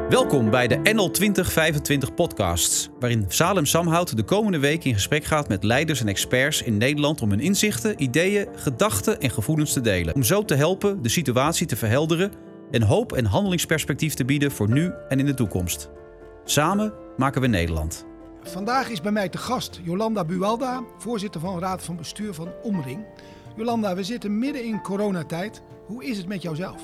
Welkom bij de NL 2025 podcasts, waarin Salem Samhout de komende week in gesprek gaat met leiders en experts in Nederland om hun inzichten, ideeën, gedachten en gevoelens te delen. Om zo te helpen de situatie te verhelderen en hoop en handelingsperspectief te bieden voor nu en in de toekomst. Samen maken we Nederland. Vandaag is bij mij te gast Jolanda Buwalda, voorzitter van Raad van Bestuur van Omring. Jolanda, we zitten midden in coronatijd. Hoe is het met jouzelf?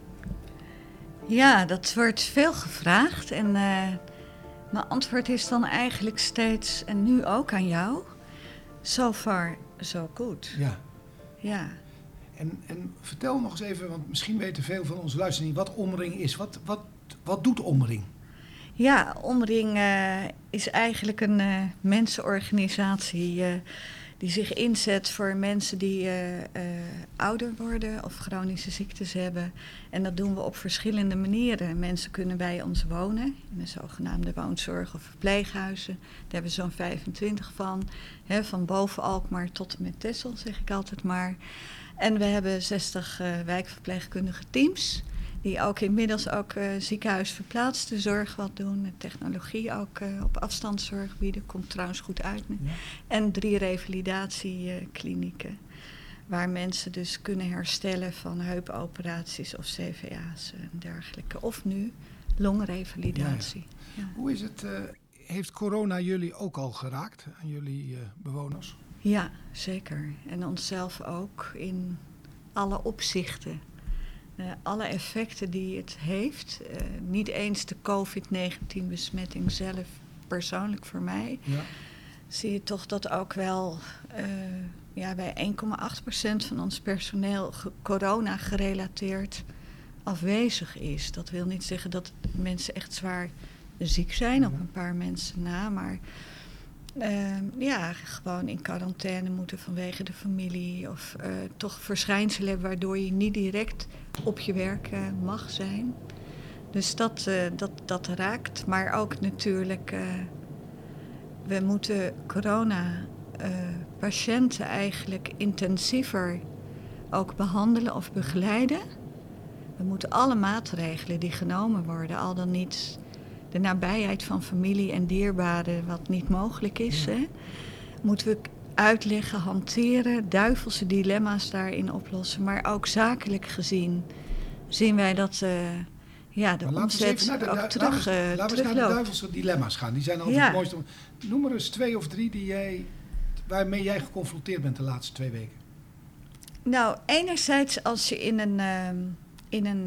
Ja, dat wordt veel gevraagd en mijn antwoord is dan eigenlijk steeds, en nu ook aan jou, so far, so good. Ja. En vertel nog eens even, want misschien weten veel van onze luisteraars niet wat Omring is. Wat doet Omring? Ja, Omring is eigenlijk een mensenorganisatie die zich inzet voor mensen die ouder worden of chronische ziektes hebben. En dat doen we op verschillende manieren. Mensen kunnen bij ons wonen in de zogenaamde woonzorg of verpleeghuizen. Daar hebben we zo'n 25 van. Van boven Alkmaar tot en met Texel, zeg ik altijd maar. En we hebben 60 wijkverpleegkundige teams. Die ook inmiddels ook ziekenhuisverplaatste zorg wat doen. Met technologie ook op afstandszorg bieden. Komt trouwens goed uit nu. Ja. En 3 revalidatieklinieken. Waar mensen dus kunnen herstellen van heupoperaties of CVA's en dergelijke. Of nu longrevalidatie. Ja. Hoe is het? Heeft corona jullie ook al geraakt? Aan jullie bewoners? Ja, zeker. En onszelf ook in alle opzichten. Alle effecten die het heeft, niet eens de COVID-19-besmetting zelf persoonlijk voor mij, zie je toch dat ook wel bij 1,8% van ons personeel corona gerelateerd afwezig is. Dat wil niet zeggen dat mensen echt zwaar ziek zijn, op een paar mensen na, maar gewoon in quarantaine moeten vanwege de familie of toch verschijnselen hebben waardoor je niet direct op je werk mag zijn. Dus dat raakt. Maar ook natuurlijk, we moeten corona-patiënten eigenlijk intensiever ook behandelen of begeleiden. We moeten alle maatregelen die genomen worden, al dan niet de nabijheid van familie en dierbaren, wat niet mogelijk is, moeten we uitleggen, hanteren, duivelse dilemma's daarin oplossen. Maar ook zakelijk gezien zien wij dat de omzet ook terugloopt. Laten we eens naar de duivelse dilemma's gaan. Die zijn altijd het mooiste. Noem er eens 2 of 3 waarmee jij geconfronteerd bent de laatste 2 weken. Nou, enerzijds als je in een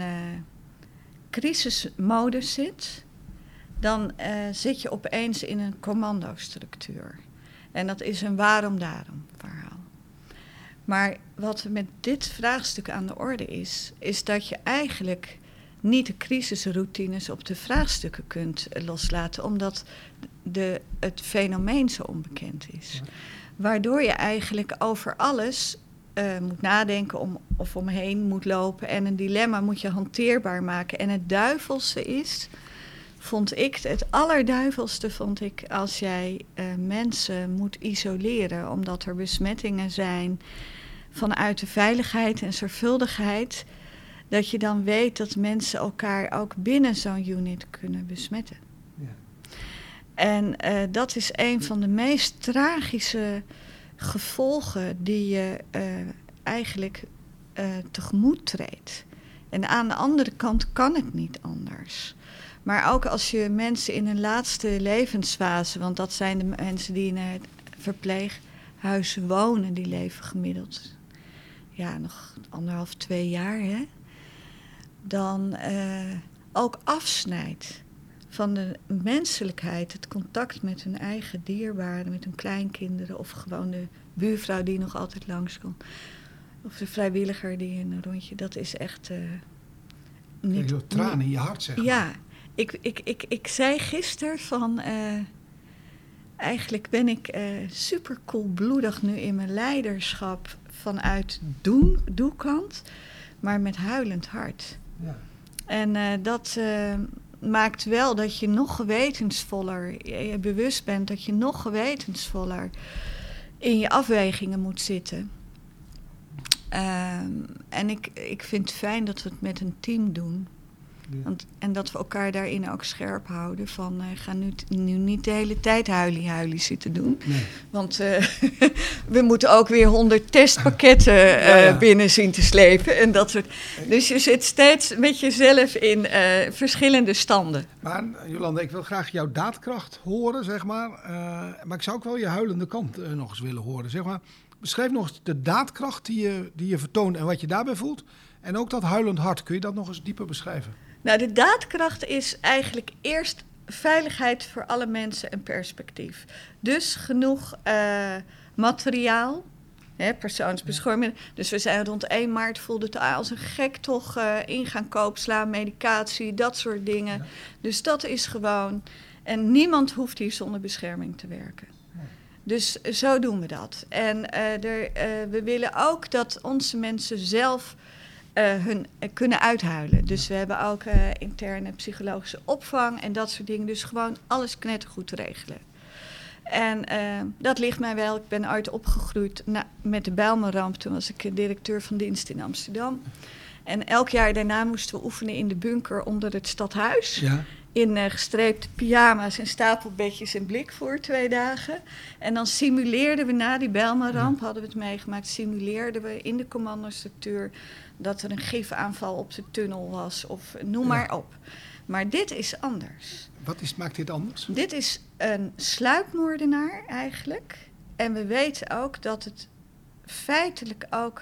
crisismodus zit, dan zit je opeens in een commandostructuur. En dat is een waarom-daarom verhaal. Maar wat met dit vraagstuk aan de orde is dat je eigenlijk niet de crisisroutines op de vraagstukken kunt loslaten, omdat het fenomeen zo onbekend is. Ja. Waardoor je eigenlijk over alles moet nadenken of omheen moet lopen en een dilemma moet je hanteerbaar maken. En het duivelse is, het allerduivelste vond ik als jij mensen moet isoleren, omdat er besmettingen zijn vanuit de veiligheid en zorgvuldigheid, dat je dan weet dat mensen elkaar ook binnen zo'n unit kunnen besmetten. Ja. En dat is een van de meest tragische gevolgen die je eigenlijk tegemoet treedt. En aan de andere kant kan het niet anders. Maar ook als je mensen in hun laatste levensfase, want dat zijn de mensen die in het verpleeghuis wonen, die leven gemiddeld nog 1,5-2 jaar, dan ook afsnijdt van de menselijkheid, het contact met hun eigen dierbaren, met hun kleinkinderen of gewoon de buurvrouw die nog altijd langskomt. Of de vrijwilliger die een rondje, dat is echt niet... Je tranen in je hart, zeg maar. Ja. Ik zei gisteren van, eigenlijk ben ik super koelbloedig nu in mijn leiderschap vanuit doekant, maar met huilend hart. Ja. En dat maakt wel dat je nog gewetensvoller, je bewust bent dat je nog gewetensvoller in je afwegingen moet zitten. En ik vind het fijn dat we het met een team doen. Ja. En dat we elkaar daarin ook scherp houden. Van ga nu niet de hele tijd huilie zitten doen. Nee. Want we moeten ook weer 100 testpakketten binnen zien te slepen. En dat soort. Dus je zit steeds met jezelf in verschillende standen. Maar Jolanda, ik wil graag jouw daadkracht horen, zeg maar. Maar ik zou ook wel je huilende kant nog eens willen horen, zeg maar. Beschrijf nog eens de daadkracht die je vertoont en wat je daarbij voelt. En ook dat huilend hart. Kun je dat nog eens dieper beschrijven? Nou, de daadkracht is eigenlijk eerst veiligheid voor alle mensen en perspectief. Dus genoeg materiaal, persoonsbescherming. Dus we zijn rond 1 maart, voelde het als een gek toch in gaan koopslaan, medicatie, dat soort dingen. Ja. Dus dat is gewoon. En niemand hoeft hier zonder bescherming te werken. Dus zo doen we dat. En we willen ook dat onze mensen zelf hun kunnen uithuilen. Dus we hebben ook interne psychologische opvang en dat soort dingen. Dus gewoon alles knettergoed regelen. En dat ligt mij wel. Ik ben ooit opgegroeid met de Bijlmerramp. Toen was ik directeur van dienst in Amsterdam. En elk jaar daarna moesten we oefenen in de bunker onder het stadhuis. Ja. In gestreepte pyjama's en stapelbedjes en blik voor 2 dagen. En dan simuleerden we na die Bijlmerramp, hadden we het meegemaakt, simuleerden we in de commandostructuur dat er een gifaanval op de tunnel was of noem maar op. Maar dit is anders. Maakt dit anders? Dit is een sluipmoordenaar eigenlijk. En we weten ook dat het feitelijk ook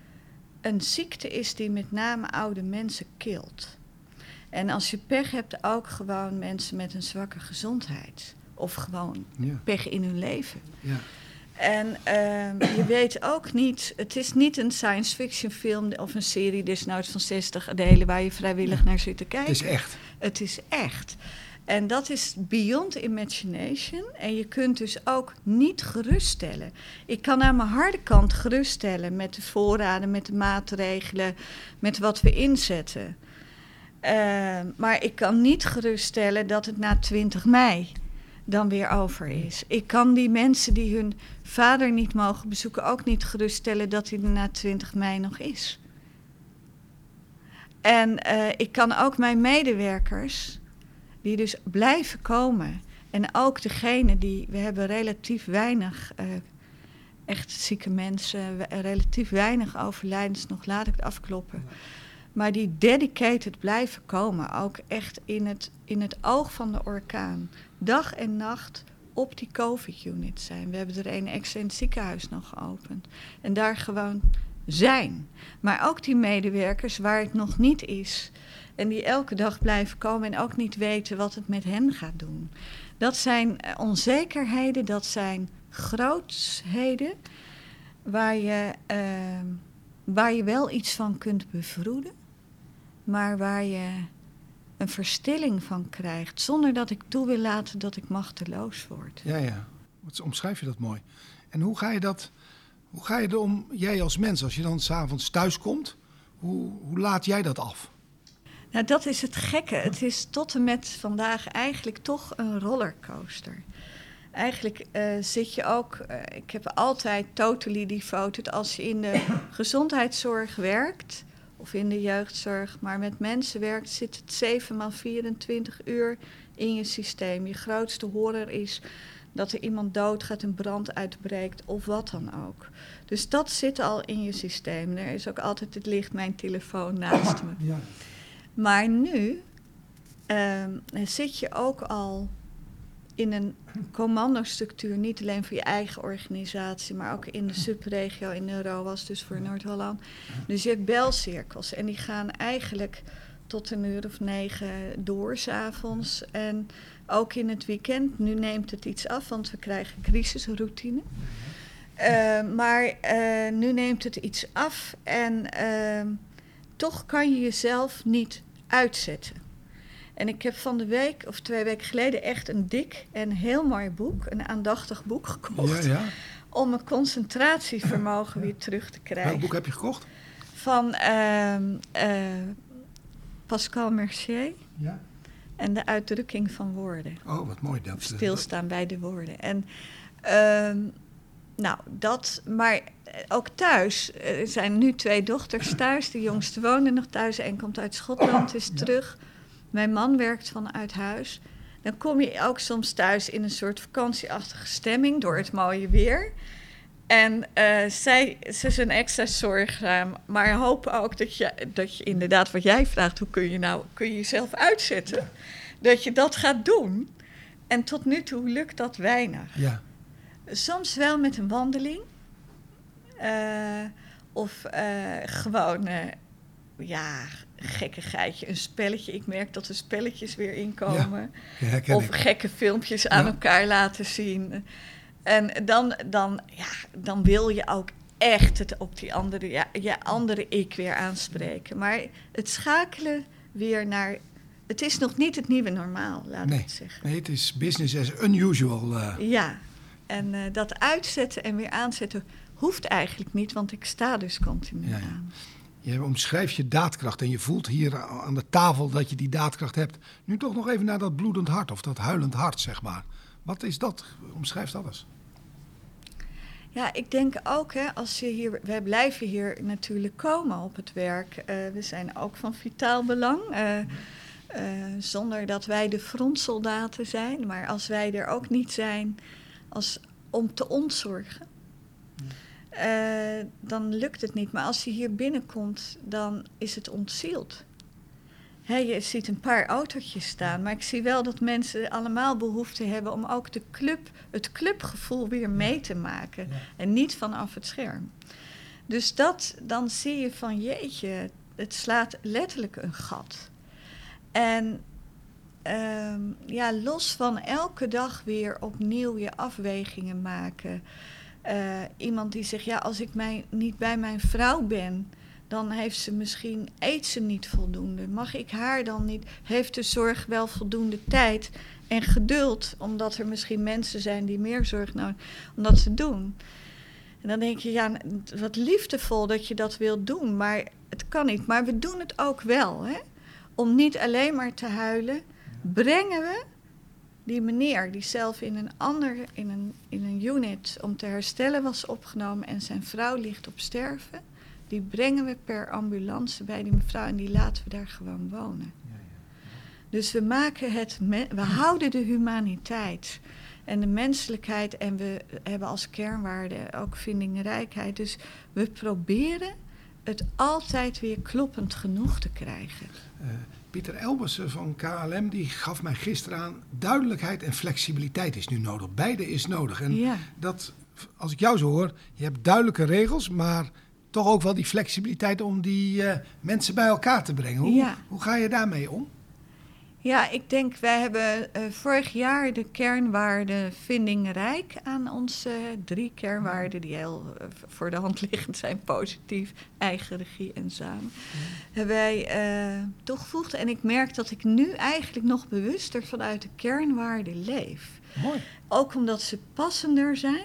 een ziekte is die met name oude mensen kilt. En als je pech hebt, ook gewoon mensen met een zwakke gezondheid. Of gewoon pech in hun leven. Ja. En je weet ook niet, het is niet een science fiction film of een serie desnoods van 60 delen waar je vrijwillig naar zit te kijken. Het is echt. Het is echt. En dat is beyond imagination. En je kunt dus ook niet geruststellen. Ik kan aan mijn harde kant geruststellen met de voorraden, met de maatregelen, met wat we inzetten. Maar ik kan niet geruststellen dat het na 20 mei dan weer over is. Ik kan die mensen die hun vader niet mogen bezoeken ook niet geruststellen dat hij er na 20 mei nog is. En ik kan ook mijn medewerkers, die dus blijven komen, en ook degene we hebben relatief weinig echt zieke mensen, relatief weinig overlijdens, nog laat ik het afkloppen. Maar die dedicated blijven komen, ook echt in het oog van de orkaan. Dag en nacht op die COVID-unit zijn. We hebben er een extra in het ziekenhuis nog geopend. En daar gewoon zijn. Maar ook die medewerkers waar het nog niet is. En die elke dag blijven komen en ook niet weten wat het met hen gaat doen. Dat zijn onzekerheden, dat zijn grootsheden waar je wel iets van kunt bevroeden. Maar waar je een verstilling van krijgt, zonder dat ik toe wil laten dat ik machteloos word. Ja. Wat omschrijf je dat mooi. En hoe ga je erom, jij als mens, als je dan 's avonds thuis komt, hoe laat jij dat af? Nou, dat is het gekke. Het is tot en met vandaag eigenlijk toch een rollercoaster. Eigenlijk zit je ook, ik heb altijd totally devoted, als je in de gezondheidszorg werkt of in de jeugdzorg, maar met mensen werkt, zit het 7x24 uur in je systeem. Je grootste horror is dat er iemand doodgaat, een brand uitbreekt of wat dan ook. Dus dat zit al in je systeem. Er is ook altijd het licht, mijn telefoon naast me. Ja. Maar nu zit je ook al in een commandostructuur, niet alleen voor je eigen organisatie, maar ook in de subregio, in de ROAS, dus voor Noord-Holland. Dus je hebt belcirkels en die gaan eigenlijk tot 9:00 door 's avonds. En ook in het weekend, nu neemt het iets af, want we krijgen crisisroutine. Maar nu neemt het iets af en toch kan je jezelf niet uitzetten. En ik heb van de week of 2 weken geleden echt een dik en heel mooi boek, een aandachtig boek gekocht. Ja. Om mijn concentratievermogen weer terug te krijgen. Welk boek heb je gekocht? Van Pascal Mercier. Ja. En de uitdrukking van woorden. Oh, wat mooi. Stilstaan bij de woorden. En maar ook thuis. Er zijn nu 2 dochters thuis. De jongste woonde nog thuis en komt uit Schotland, is terug. Mijn man werkt vanuit huis. Dan kom je ook soms thuis in een soort vakantieachtige stemming door het mooie weer. En ze zijn extra zorgzaam, maar hopen ook dat je inderdaad wat jij vraagt, hoe kun je jezelf uitzetten? Ja. Dat je dat gaat doen. En tot nu toe lukt dat weinig. Ja. Soms wel met een wandeling. Of gewoon, gekkigheidje, een spelletje. Ik merk dat er spelletjes weer inkomen. Ja, of gekke filmpjes aan elkaar laten zien. En dan wil je ook echt het op die andere, je andere ik weer aanspreken. Maar het schakelen weer naar... Het is nog niet het nieuwe normaal, laat ik het zeggen. Nee, het is business as unusual. Ja, en dat uitzetten en weer aanzetten hoeft eigenlijk niet, want ik sta dus continu aan. Je omschrijft je daadkracht en je voelt hier aan de tafel dat je die daadkracht hebt. Nu toch nog even naar dat bloedend hart of dat huilend hart, zeg maar. Wat is dat? Omschrijf dat eens. Ja, ik denk ook, wij blijven hier natuurlijk komen op het werk. We zijn ook van vitaal belang. Zonder dat wij de frontsoldaten zijn. Maar als wij er ook niet zijn om te ontzorgen, dan lukt het niet. Maar als je hier binnenkomt, dan is het ontzield. Je ziet een paar autootjes staan, maar ik zie wel dat mensen allemaal behoefte hebben om ook het clubgevoel weer mee te maken. Ja. En niet vanaf het scherm. Dus dan zie je van jeetje, het slaat letterlijk een gat. En los van elke dag weer opnieuw je afwegingen maken. Iemand die zegt, als ik niet bij mijn vrouw ben, dan eet ze niet voldoende. Mag ik haar dan niet? Heeft de zorg wel voldoende tijd en geduld, omdat er misschien mensen zijn die meer zorg nodig hebben om dat te doen? En dan denk je, wat liefdevol dat je dat wilt doen, maar het kan niet. Maar we doen het ook wel, hè? Om niet alleen maar te huilen, brengen we die meneer die zelf in een unit om te herstellen was opgenomen en zijn vrouw ligt op sterven, die brengen we per ambulance bij die mevrouw en die laten we daar gewoon wonen. Ja. Dus we houden de humaniteit en de menselijkheid en we hebben als kernwaarde ook vindingrijkheid. Dus we proberen het altijd weer kloppend genoeg te krijgen. Pieter Elbersen van KLM die gaf mij gisteren aan, duidelijkheid en flexibiliteit is nu nodig. Beide is nodig. En dat, als ik jou zo hoor, je hebt duidelijke regels, maar toch ook wel die flexibiliteit om die mensen bij elkaar te brengen. Hoe ga je daarmee om? Ja, ik denk, wij hebben vorig jaar de kernwaarden vindingrijk aan onze 3 kernwaarden die heel voor de hand liggend zijn, positief, eigen regie en samen, hebben wij toegevoegd. En ik merk dat ik nu eigenlijk nog bewuster vanuit de kernwaarden leef. Mooi. Ook omdat ze passender zijn.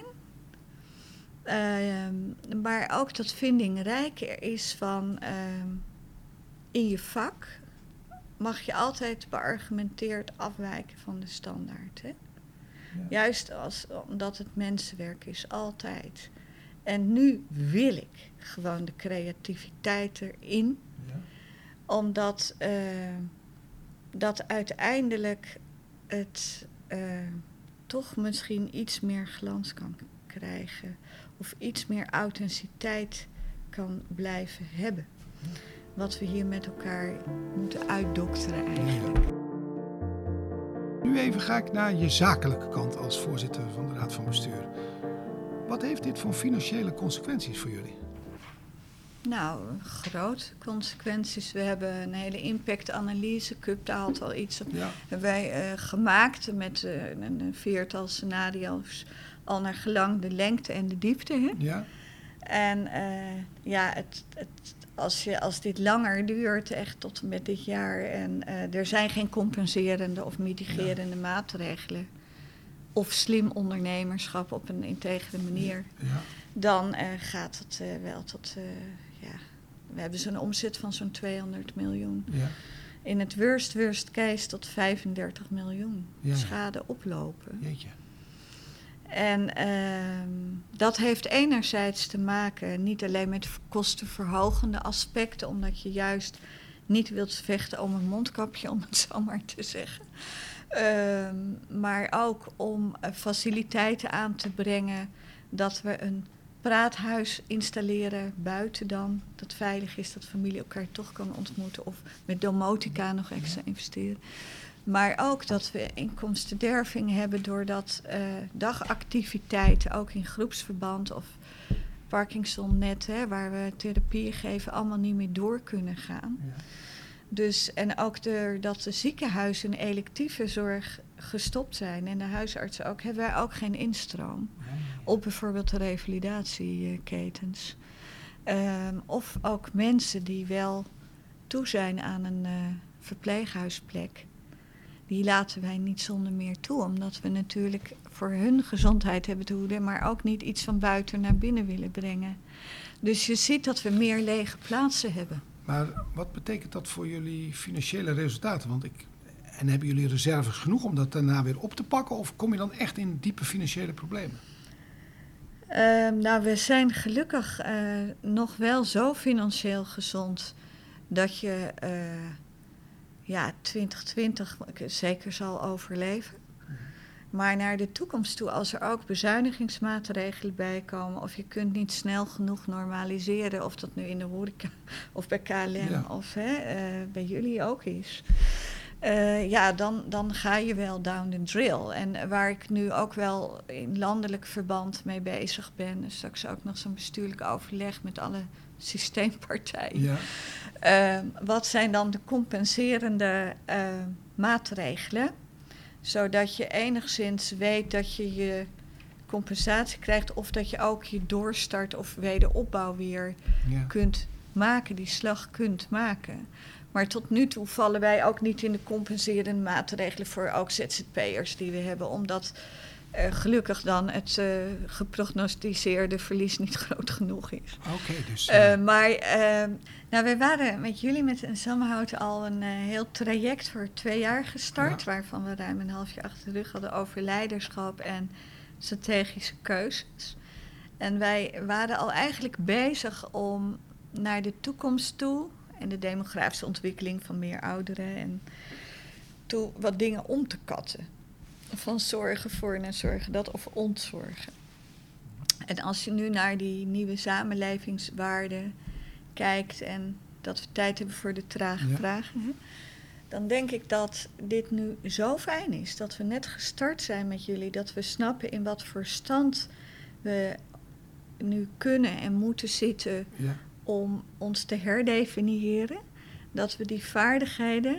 Maar ook dat vindingrijk er is van in je vak mag je altijd beargumenteerd afwijken van de standaard. Hè? Ja. Juist omdat het mensenwerk is, altijd. En nu wil ik gewoon de creativiteit erin. Ja. Omdat dat uiteindelijk het toch misschien iets meer glans kan krijgen. Of iets meer authenticiteit kan blijven hebben. Ja. Wat we hier met elkaar moeten uitdokteren eigenlijk. Nu even ga ik naar je zakelijke kant als voorzitter van de Raad van Bestuur. Wat heeft dit voor financiële consequenties voor jullie? Nou, grote consequenties. We hebben een hele impactanalyse, CUP haalt al iets op. Ja. Hebben wij gemaakt met een 4-tal scenario's al naar gelang de lengte en de diepte. Hè? Ja. En als dit langer duurt, echt tot en met dit jaar, en er zijn geen compenserende of mitigerende maatregelen, of slim ondernemerschap op een integere manier, dan gaat het wel tot, we hebben zo'n omzet van zo'n 200 miljoen. Ja. In het worst case tot 35 miljoen schade oplopen. Jeetje. En dat heeft enerzijds te maken niet alleen met kostenverhogende aspecten, omdat je juist niet wilt vechten om een mondkapje, om het zo maar te zeggen. Maar ook om faciliteiten aan te brengen, dat we een praathuis installeren buiten dan, dat veilig is, dat familie elkaar toch kan ontmoeten, of met domotica nog extra investeren. Maar ook dat we inkomstenderving hebben doordat dagactiviteiten, ook in groepsverband of Parkinson-net, waar we therapie geven, allemaal niet meer door kunnen gaan. Ja. Dus, en ook doordat de ziekenhuizen in electieve zorg gestopt zijn en de huisartsen ook, hebben wij ook geen instroom op bijvoorbeeld de revalidatieketens. Of ook mensen die wel toe zijn aan een verpleeghuisplek. Die laten wij niet zonder meer toe, omdat we natuurlijk voor hun gezondheid hebben te hoeden, maar ook niet iets van buiten naar binnen willen brengen. Dus je ziet dat we meer lege plaatsen hebben. Maar wat betekent dat voor jullie financiële resultaten? En hebben jullie reserves genoeg om dat daarna weer op te pakken? Of kom je dan echt in diepe financiële problemen? Nou, we zijn gelukkig nog wel zo financieel gezond dat je 2020 zeker zal overleven. Maar naar de toekomst toe, als er ook bezuinigingsmaatregelen bij komen, of je kunt niet snel genoeg normaliseren, of dat nu in de horeca of bij KLM of bij jullie ook is. Dan ga je wel down the drill. En waar ik nu ook wel in landelijk verband mee bezig ben, dus straks ook nog zo'n bestuurlijk overleg met alle systeempartijen. Ja. Wat zijn dan de compenserende maatregelen? Zodat je enigszins weet dat je je compensatie krijgt, of dat je ook je doorstart of wederopbouw weer kunt maken, die slag kunt maken. Maar tot nu toe vallen wij ook niet in de compenserende maatregelen voor ook ZZP'ers die we hebben, omdat gelukkig dan het geprognosticeerde verlies niet groot genoeg is. Oké, dus... wij waren met jullie met een Samhout al een heel traject voor 2 jaar gestart, waarvan we ruim een half jaar achter de rug hadden over leiderschap en strategische keuzes. En wij waren al eigenlijk bezig om naar de toekomst toe en de demografische ontwikkeling van meer ouderen en toe wat dingen om te katten. Van zorgen voor naar zorgen dat of ontzorgen. En als je nu naar die nieuwe samenlevingswaarden kijkt en dat we tijd hebben voor de trage vragen, dan denk ik dat dit nu zo fijn is. Dat we net gestart zijn met jullie, dat we snappen in wat voor stand we nu kunnen en moeten zitten om ons te herdefiniëren. Dat we die vaardigheden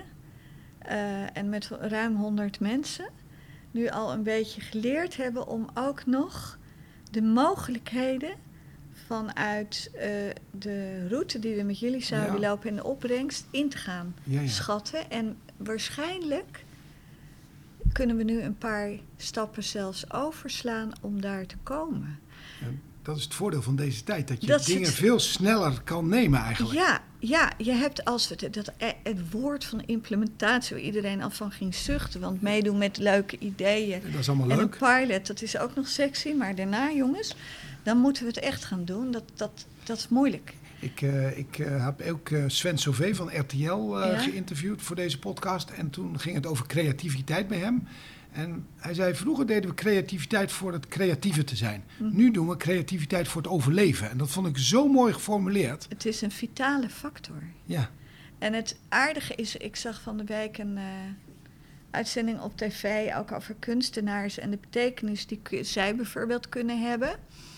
en met ruim 100 mensen nu al een beetje geleerd hebben om ook nog de mogelijkheden vanuit de route die we met jullie zouden lopen en de opbrengst in te gaan schatten. En waarschijnlijk kunnen we nu een paar stappen zelfs overslaan om daar te komen. En dat is het voordeel van deze tijd, dat je dingen veel sneller kan nemen eigenlijk. Ja, je hebt als we het woord van implementatie waar iedereen al van ging zuchten, want meedoen met leuke ideeën. Dat is allemaal leuk. En een pilot, dat is ook nog sexy, maar daarna jongens, dan moeten we het echt gaan doen. Dat is moeilijk. Ik heb ook Sven Sauvé van RTL geïnterviewd voor deze podcast en toen ging het over creativiteit bij hem. En hij zei, vroeger deden we creativiteit voor het creatieve te zijn. Nu doen we creativiteit voor het overleven. En dat vond ik zo mooi geformuleerd. Het is een vitale factor. Ja. En het aardige is, ik zag van de week een uitzending op tv, ook over kunstenaars en de betekenis die zij bijvoorbeeld kunnen hebben.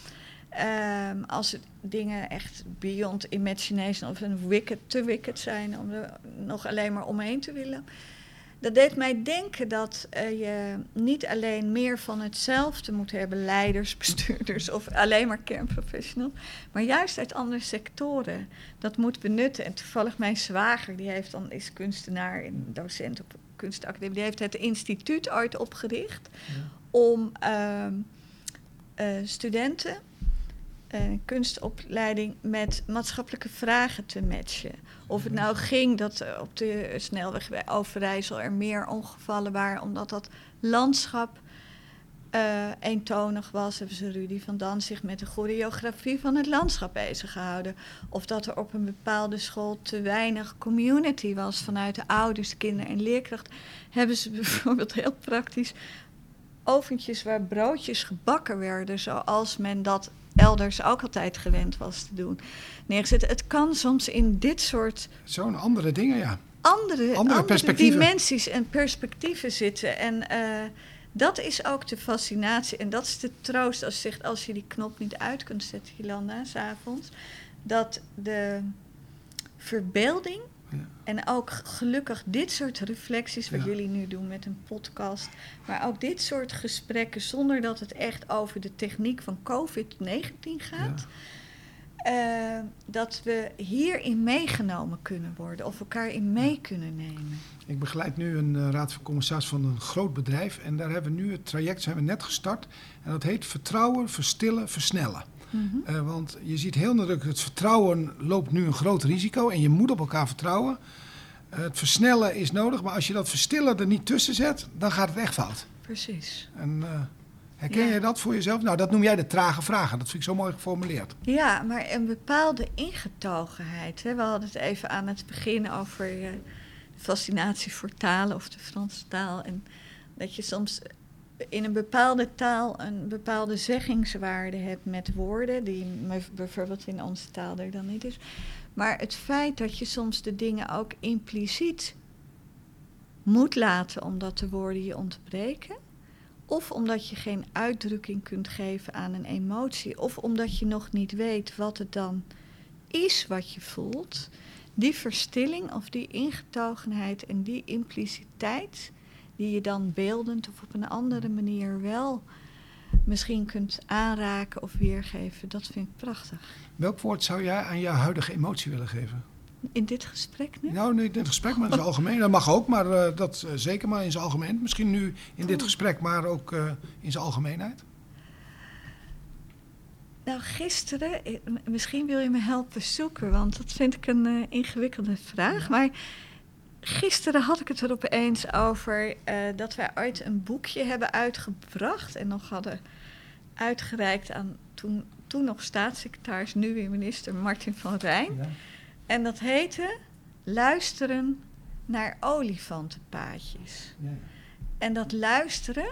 Als het dingen echt beyond imagination of een te wicked zijn om er nog alleen maar omheen te willen. Dat deed mij denken dat je niet alleen meer van hetzelfde moet hebben, leiders, bestuurders of alleen maar kernprofessionals, maar juist uit andere sectoren dat moet benutten. En toevallig mijn zwager, is kunstenaar en docent op kunstacademie, die heeft het instituut ooit opgericht om studenten kunstopleiding met maatschappelijke vragen te matchen. Of het nou ging dat op de snelweg bij Overijssel er meer ongevallen waren, omdat dat landschap eentonig was, hebben ze Rudy van Dans zich met de choreografie van het landschap bezig gehouden. Of dat er op een bepaalde school te weinig community was vanuit de ouders, kinderen en leerkracht, hebben ze bijvoorbeeld heel praktisch oventjes waar broodjes gebakken werden, zoals men dat elders ook altijd gewend was te doen, neergezet. Het kan soms in dit soort Zo'n andere dingen, ja. andere dimensies en perspectieven zitten. En dat is ook de fascinatie en dat is de troost als je zegt, als je die knop niet uit kunt zetten, Jolanda, 's avonds, dat de verbeelding en ook gelukkig dit soort reflecties wat jullie nu doen met een podcast, maar ook dit soort gesprekken zonder dat het echt over de techniek van COVID-19 gaat, dat we hierin meegenomen kunnen worden of elkaar in mee kunnen nemen. Ik begeleid nu een raad van commissaris van een groot bedrijf en daar hebben we nu het traject, zijn we net gestart en dat heet vertrouwen, verstillen, versnellen. Mm-hmm. Want je ziet heel nadrukkelijk, het vertrouwen loopt nu een groot risico en je moet op elkaar vertrouwen. Het versnellen is nodig, maar als je dat verstillen er niet tussen zet, dan gaat het echt fout. Precies. En herken jij dat voor jezelf? Nou, dat noem jij de trage vragen. Dat vind ik zo mooi geformuleerd. Ja, maar een bepaalde ingetogenheid. Hè? We hadden het even aan het begin over de fascinatie voor talen of de Franse taal. En dat je soms in een bepaalde taal een bepaalde zeggingswaarde hebt met woorden, die bijvoorbeeld in onze taal er dan niet is. Maar het feit dat je soms de dingen ook impliciet moet laten omdat de woorden je ontbreken, of omdat je geen uitdrukking kunt geven aan een emotie, of omdat je nog niet weet wat het dan is wat je voelt, die verstilling of die ingetogenheid en die impliciteit, die je dan beeldend of op een andere manier wel misschien kunt aanraken of weergeven, dat vind ik prachtig. Welk woord zou jij aan jouw huidige emotie willen geven? In dit gesprek nu? Nou, niet in dit gesprek, maar in het algemeen. Dat mag ook, maar dat zeker maar in zijn algemeen. Misschien nu in dit gesprek, maar ook in zijn algemeenheid. Nou, gisteren, misschien wil je me helpen zoeken, want dat vind ik een ingewikkelde vraag. Ja. Maar gisteren had ik het er opeens over dat wij ooit een boekje hebben uitgebracht en nog hadden uitgereikt aan toen nog staatssecretaris, nu weer minister Martin van Rijn. Ja. En dat heette Luisteren naar olifantenpaadjes. Ja. En dat luisteren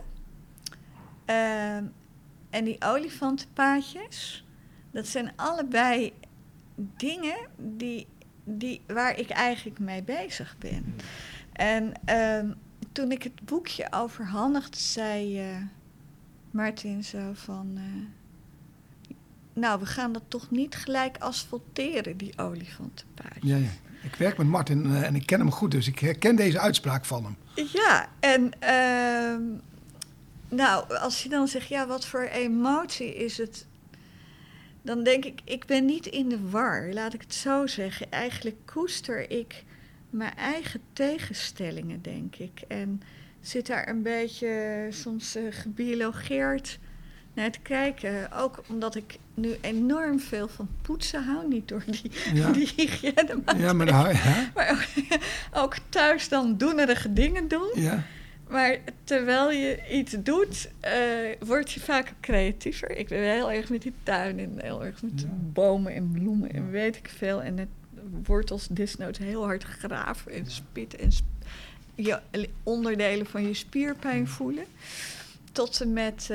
en die olifantenpaadjes, dat zijn allebei dingen waar ik eigenlijk mee bezig ben. En toen ik het boekje overhandigde, zei Martin zo van, nou, we gaan dat toch niet gelijk asfalteren, die olifantenpaadjes. Ja, ja. Ik werk met Martin en ik ken hem goed, dus ik herken deze uitspraak van hem. Ja, en nou, als je dan zegt, ja, wat voor emotie is het? Dan denk ik ben niet in de war, laat ik het zo zeggen. Eigenlijk koester ik mijn eigen tegenstellingen, denk ik. En zit daar een beetje soms gebiologeerd naar te kijken. Ook omdat ik nu enorm veel van poetsen hou. Niet door die hygiëne, maar ook thuis dan doenerige dingen doen. Ja. Maar terwijl je iets doet, word je vaak creatiever. Ik ben heel erg met die tuin en heel erg met bomen en bloemen en weet ik veel. En het wortels desnoods heel hard graven en spit en je onderdelen van je spierpijn voelen. Tot en met,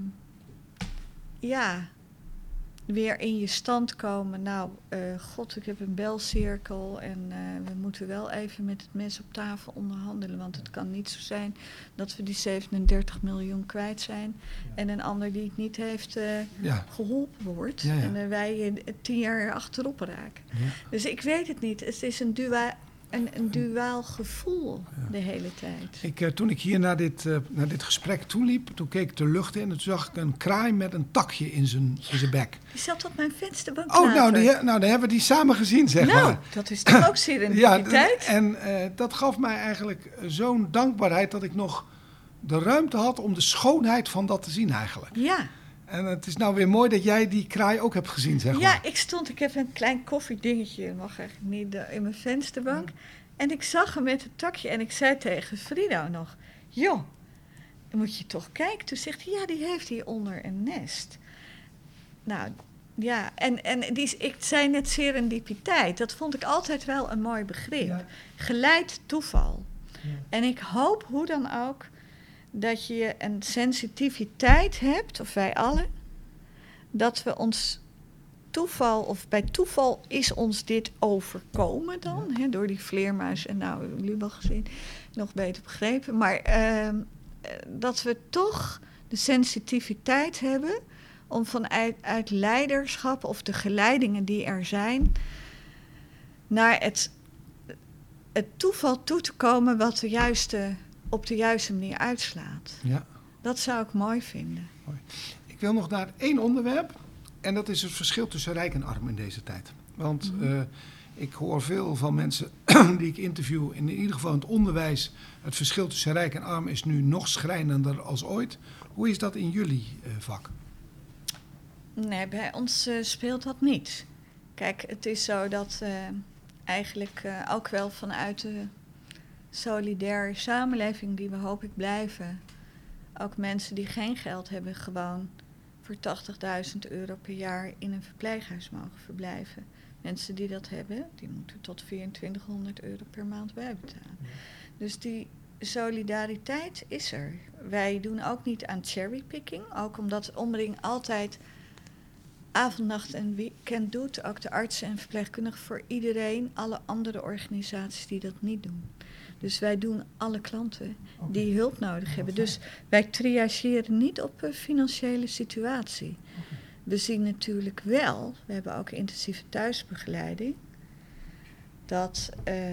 weer in je stand komen. Nou, god, ik heb een belcirkel en we moeten wel even met het mes op tafel onderhandelen. Want het kan niet zo zijn dat we die 37 miljoen kwijt zijn en een ander die het niet heeft geholpen wordt. Ja, ja. En wij 10 jaar achterop raken. Ja. Dus ik weet het niet. Het is een duaal gevoel de hele tijd. Toen ik hier naar dit gesprek toeliep, toen keek ik de lucht in en toen zag ik een kraai met een takje in zijn bek. Die zat op mijn vensterbank. Oh, dan hebben we die samen gezien, zeg maar. Nou, dat is toch ook serendipiteit? En dat gaf mij eigenlijk zo'n dankbaarheid dat ik nog de ruimte had om de schoonheid van dat te zien eigenlijk. Ja. En het is nou weer mooi dat jij die kraai ook hebt gezien, zeg maar. Ja, ik heb een klein koffiedingetje, dat mag eigenlijk niet, in mijn vensterbank. En ik zag hem met het takje en ik zei tegen Frido nog, joh, moet je toch kijken. Toen zegt hij, ja, die heeft hieronder een nest. Nou, ja, en ik zei net serendipiteit. Dat vond ik altijd wel een mooi begrip. Ja. Geleid toeval. Ja. En ik hoop, hoe dan ook, dat je een sensitiviteit hebt, of wij allen, dat we ons toeval, of bij toeval is ons dit overkomen dan, hè, door die vleermuis, en nou, jullie wel gezien, nog beter begrepen, maar dat we toch de sensitiviteit hebben om vanuit leiderschap of de geleidingen die er zijn, naar het toeval toe te komen wat op de juiste manier uitslaat. Ja. Dat zou ik mooi vinden. Mooi. Ik wil nog naar 1 onderwerp. En dat is het verschil tussen rijk en arm in deze tijd. Want ik hoor veel van mensen die ik interview, in ieder geval in het onderwijs, het verschil tussen rijk en arm is nu nog schrijnender als ooit. Hoe is dat in jullie vak? Nee, bij ons speelt dat niet. Kijk, het is zo dat eigenlijk ook wel vanuit de solidaire samenleving die we hoop ik blijven, ook mensen die geen geld hebben gewoon voor €80.000 per jaar in een verpleeghuis mogen verblijven. Mensen die dat hebben, die moeten tot €2.400 per maand bijbetalen. Ja. Dus die solidariteit is er. Wij doen ook niet aan cherrypicking, ook omdat Omring altijd avond, nacht en weekend doet. Ook de artsen en verpleegkundigen voor iedereen, alle andere organisaties die dat niet doen. Dus wij doen alle klanten die hulp nodig hebben. Dus wij triageren niet op een financiële situatie. We zien natuurlijk wel, we hebben ook intensieve thuisbegeleiding, dat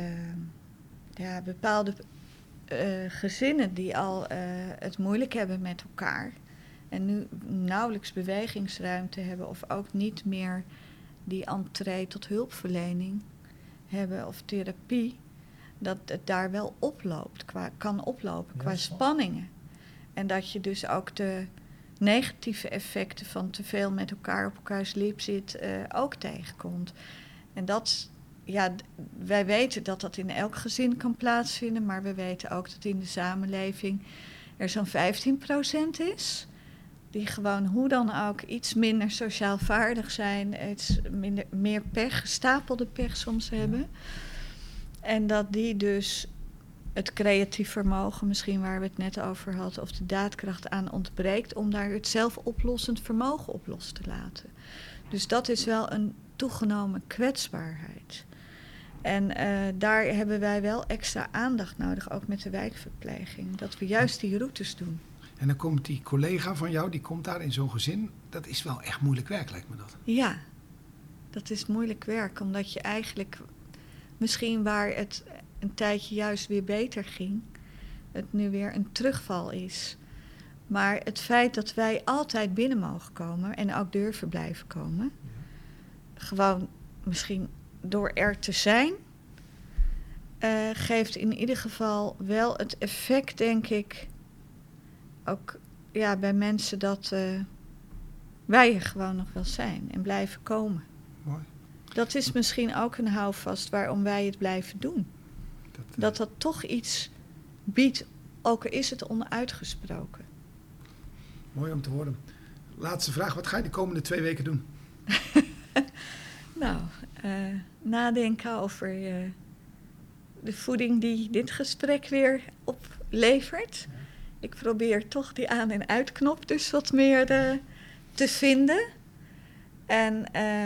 bepaalde gezinnen die al het moeilijk hebben met elkaar en nu nauwelijks bewegingsruimte hebben of ook niet meer die entree tot hulpverlening hebben of therapie, dat het daar wel kan oplopen qua spanningen. En dat je dus ook de negatieve effecten van te veel met elkaar op elkaars lip zit ook tegenkomt. En dat, wij weten dat dat in elk gezin kan plaatsvinden, maar we weten ook dat in de samenleving er zo'n 15% is, die gewoon hoe dan ook iets minder sociaal vaardig zijn, iets meer pech, gestapelde pech soms hebben. En dat die dus het creatief vermogen, misschien waar we het net over hadden, of de daadkracht aan ontbreekt, om daar het zelfoplossend vermogen op los te laten. Dus dat is wel een toegenomen kwetsbaarheid. En daar hebben wij wel extra aandacht nodig, ook met de wijkverpleging. Dat we juist die routes doen. En dan komt die collega van jou, die komt daar in zo'n gezin. Dat is wel echt moeilijk werk, lijkt me dat. Ja, dat is moeilijk werk, omdat je eigenlijk misschien waar het een tijdje juist weer beter ging, het nu weer een terugval is. Maar het feit dat wij altijd binnen mogen komen en ook durven blijven komen, gewoon misschien door er te zijn, geeft in ieder geval wel het effect, denk ik, ook bij mensen dat wij er gewoon nog wel zijn en blijven komen. Mooi. Dat is misschien ook een houvast waarom wij het blijven doen. Dat toch iets biedt, ook al is het onuitgesproken. Mooi om te horen. Laatste vraag, wat ga je de komende 2 weken doen? Nadenken over de voeding die dit gesprek weer oplevert. Ja. Ik probeer toch die aan- en uitknop dus wat meer te vinden. En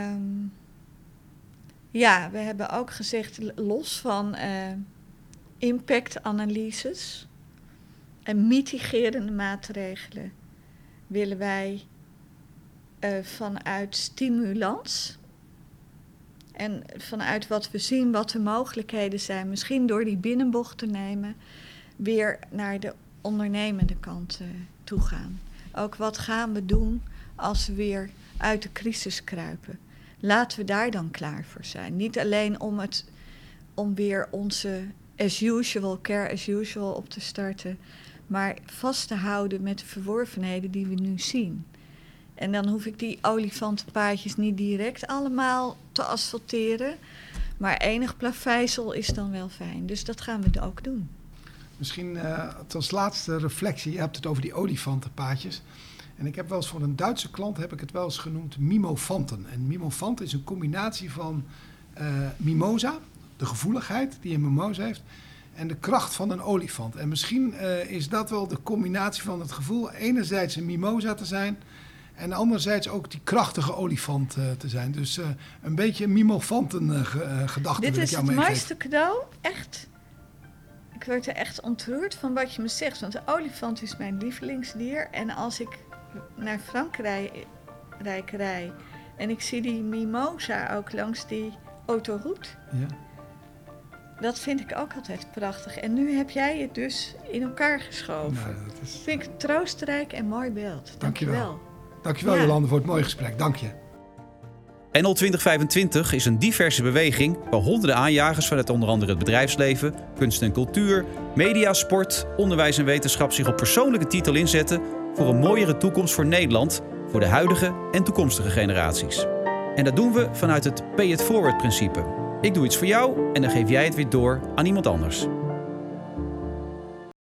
we hebben ook gezegd, los van impactanalyses en mitigerende maatregelen, willen wij vanuit stimulans en vanuit wat we zien, wat de mogelijkheden zijn, misschien door die binnenbocht te nemen, weer naar de ondernemende kant toe gaan. Ook wat gaan we doen als we weer uit de crisis kruipen? Laten we daar dan klaar voor zijn. Niet alleen om weer onze care as usual op te starten, maar vast te houden met de verworvenheden die we nu zien. En dan hoef ik die olifantenpaadjes niet direct allemaal te asfalteren, maar enig plaveisel is dan wel fijn. Dus dat gaan we ook doen. Misschien als laatste reflectie. Je hebt het over die olifantenpaadjes. En ik heb wel eens voor een Duitse klant heb ik het wel eens genoemd mimofanten. En mimofanten is een combinatie van mimosa, de gevoeligheid die een mimosa heeft, en de kracht van een olifant. En misschien is dat wel de combinatie van het gevoel enerzijds een mimosa te zijn en anderzijds ook die krachtige olifant te zijn. Dus een beetje een mimofanten gedachte Dit wil ik is jou het meegeven. mooiste cadeau, echt. Ik word er echt ontroerd van wat je me zegt. Want de olifant is mijn lievelingsdier. En als ik naar Frankrijk rij en ik zie die mimosa ook langs die autoroute. Ja. Dat vind ik ook altijd prachtig. En nu heb jij het dus in elkaar geschoven. Nou, dat is... Vind ik een troostrijk en mooi beeld. Dankjewel. Dankjewel Ja. Jolande voor het mooie gesprek. Dank je. NL 2025 is een diverse beweging waar honderden aanjagers vanuit onder andere het bedrijfsleven, kunst en cultuur, media, sport, onderwijs en wetenschap zich op persoonlijke titel inzetten voor een mooiere toekomst voor Nederland, voor de huidige en toekomstige generaties. En dat doen we vanuit het Pay It Forward principe. Ik doe iets voor jou en dan geef jij het weer door aan iemand anders.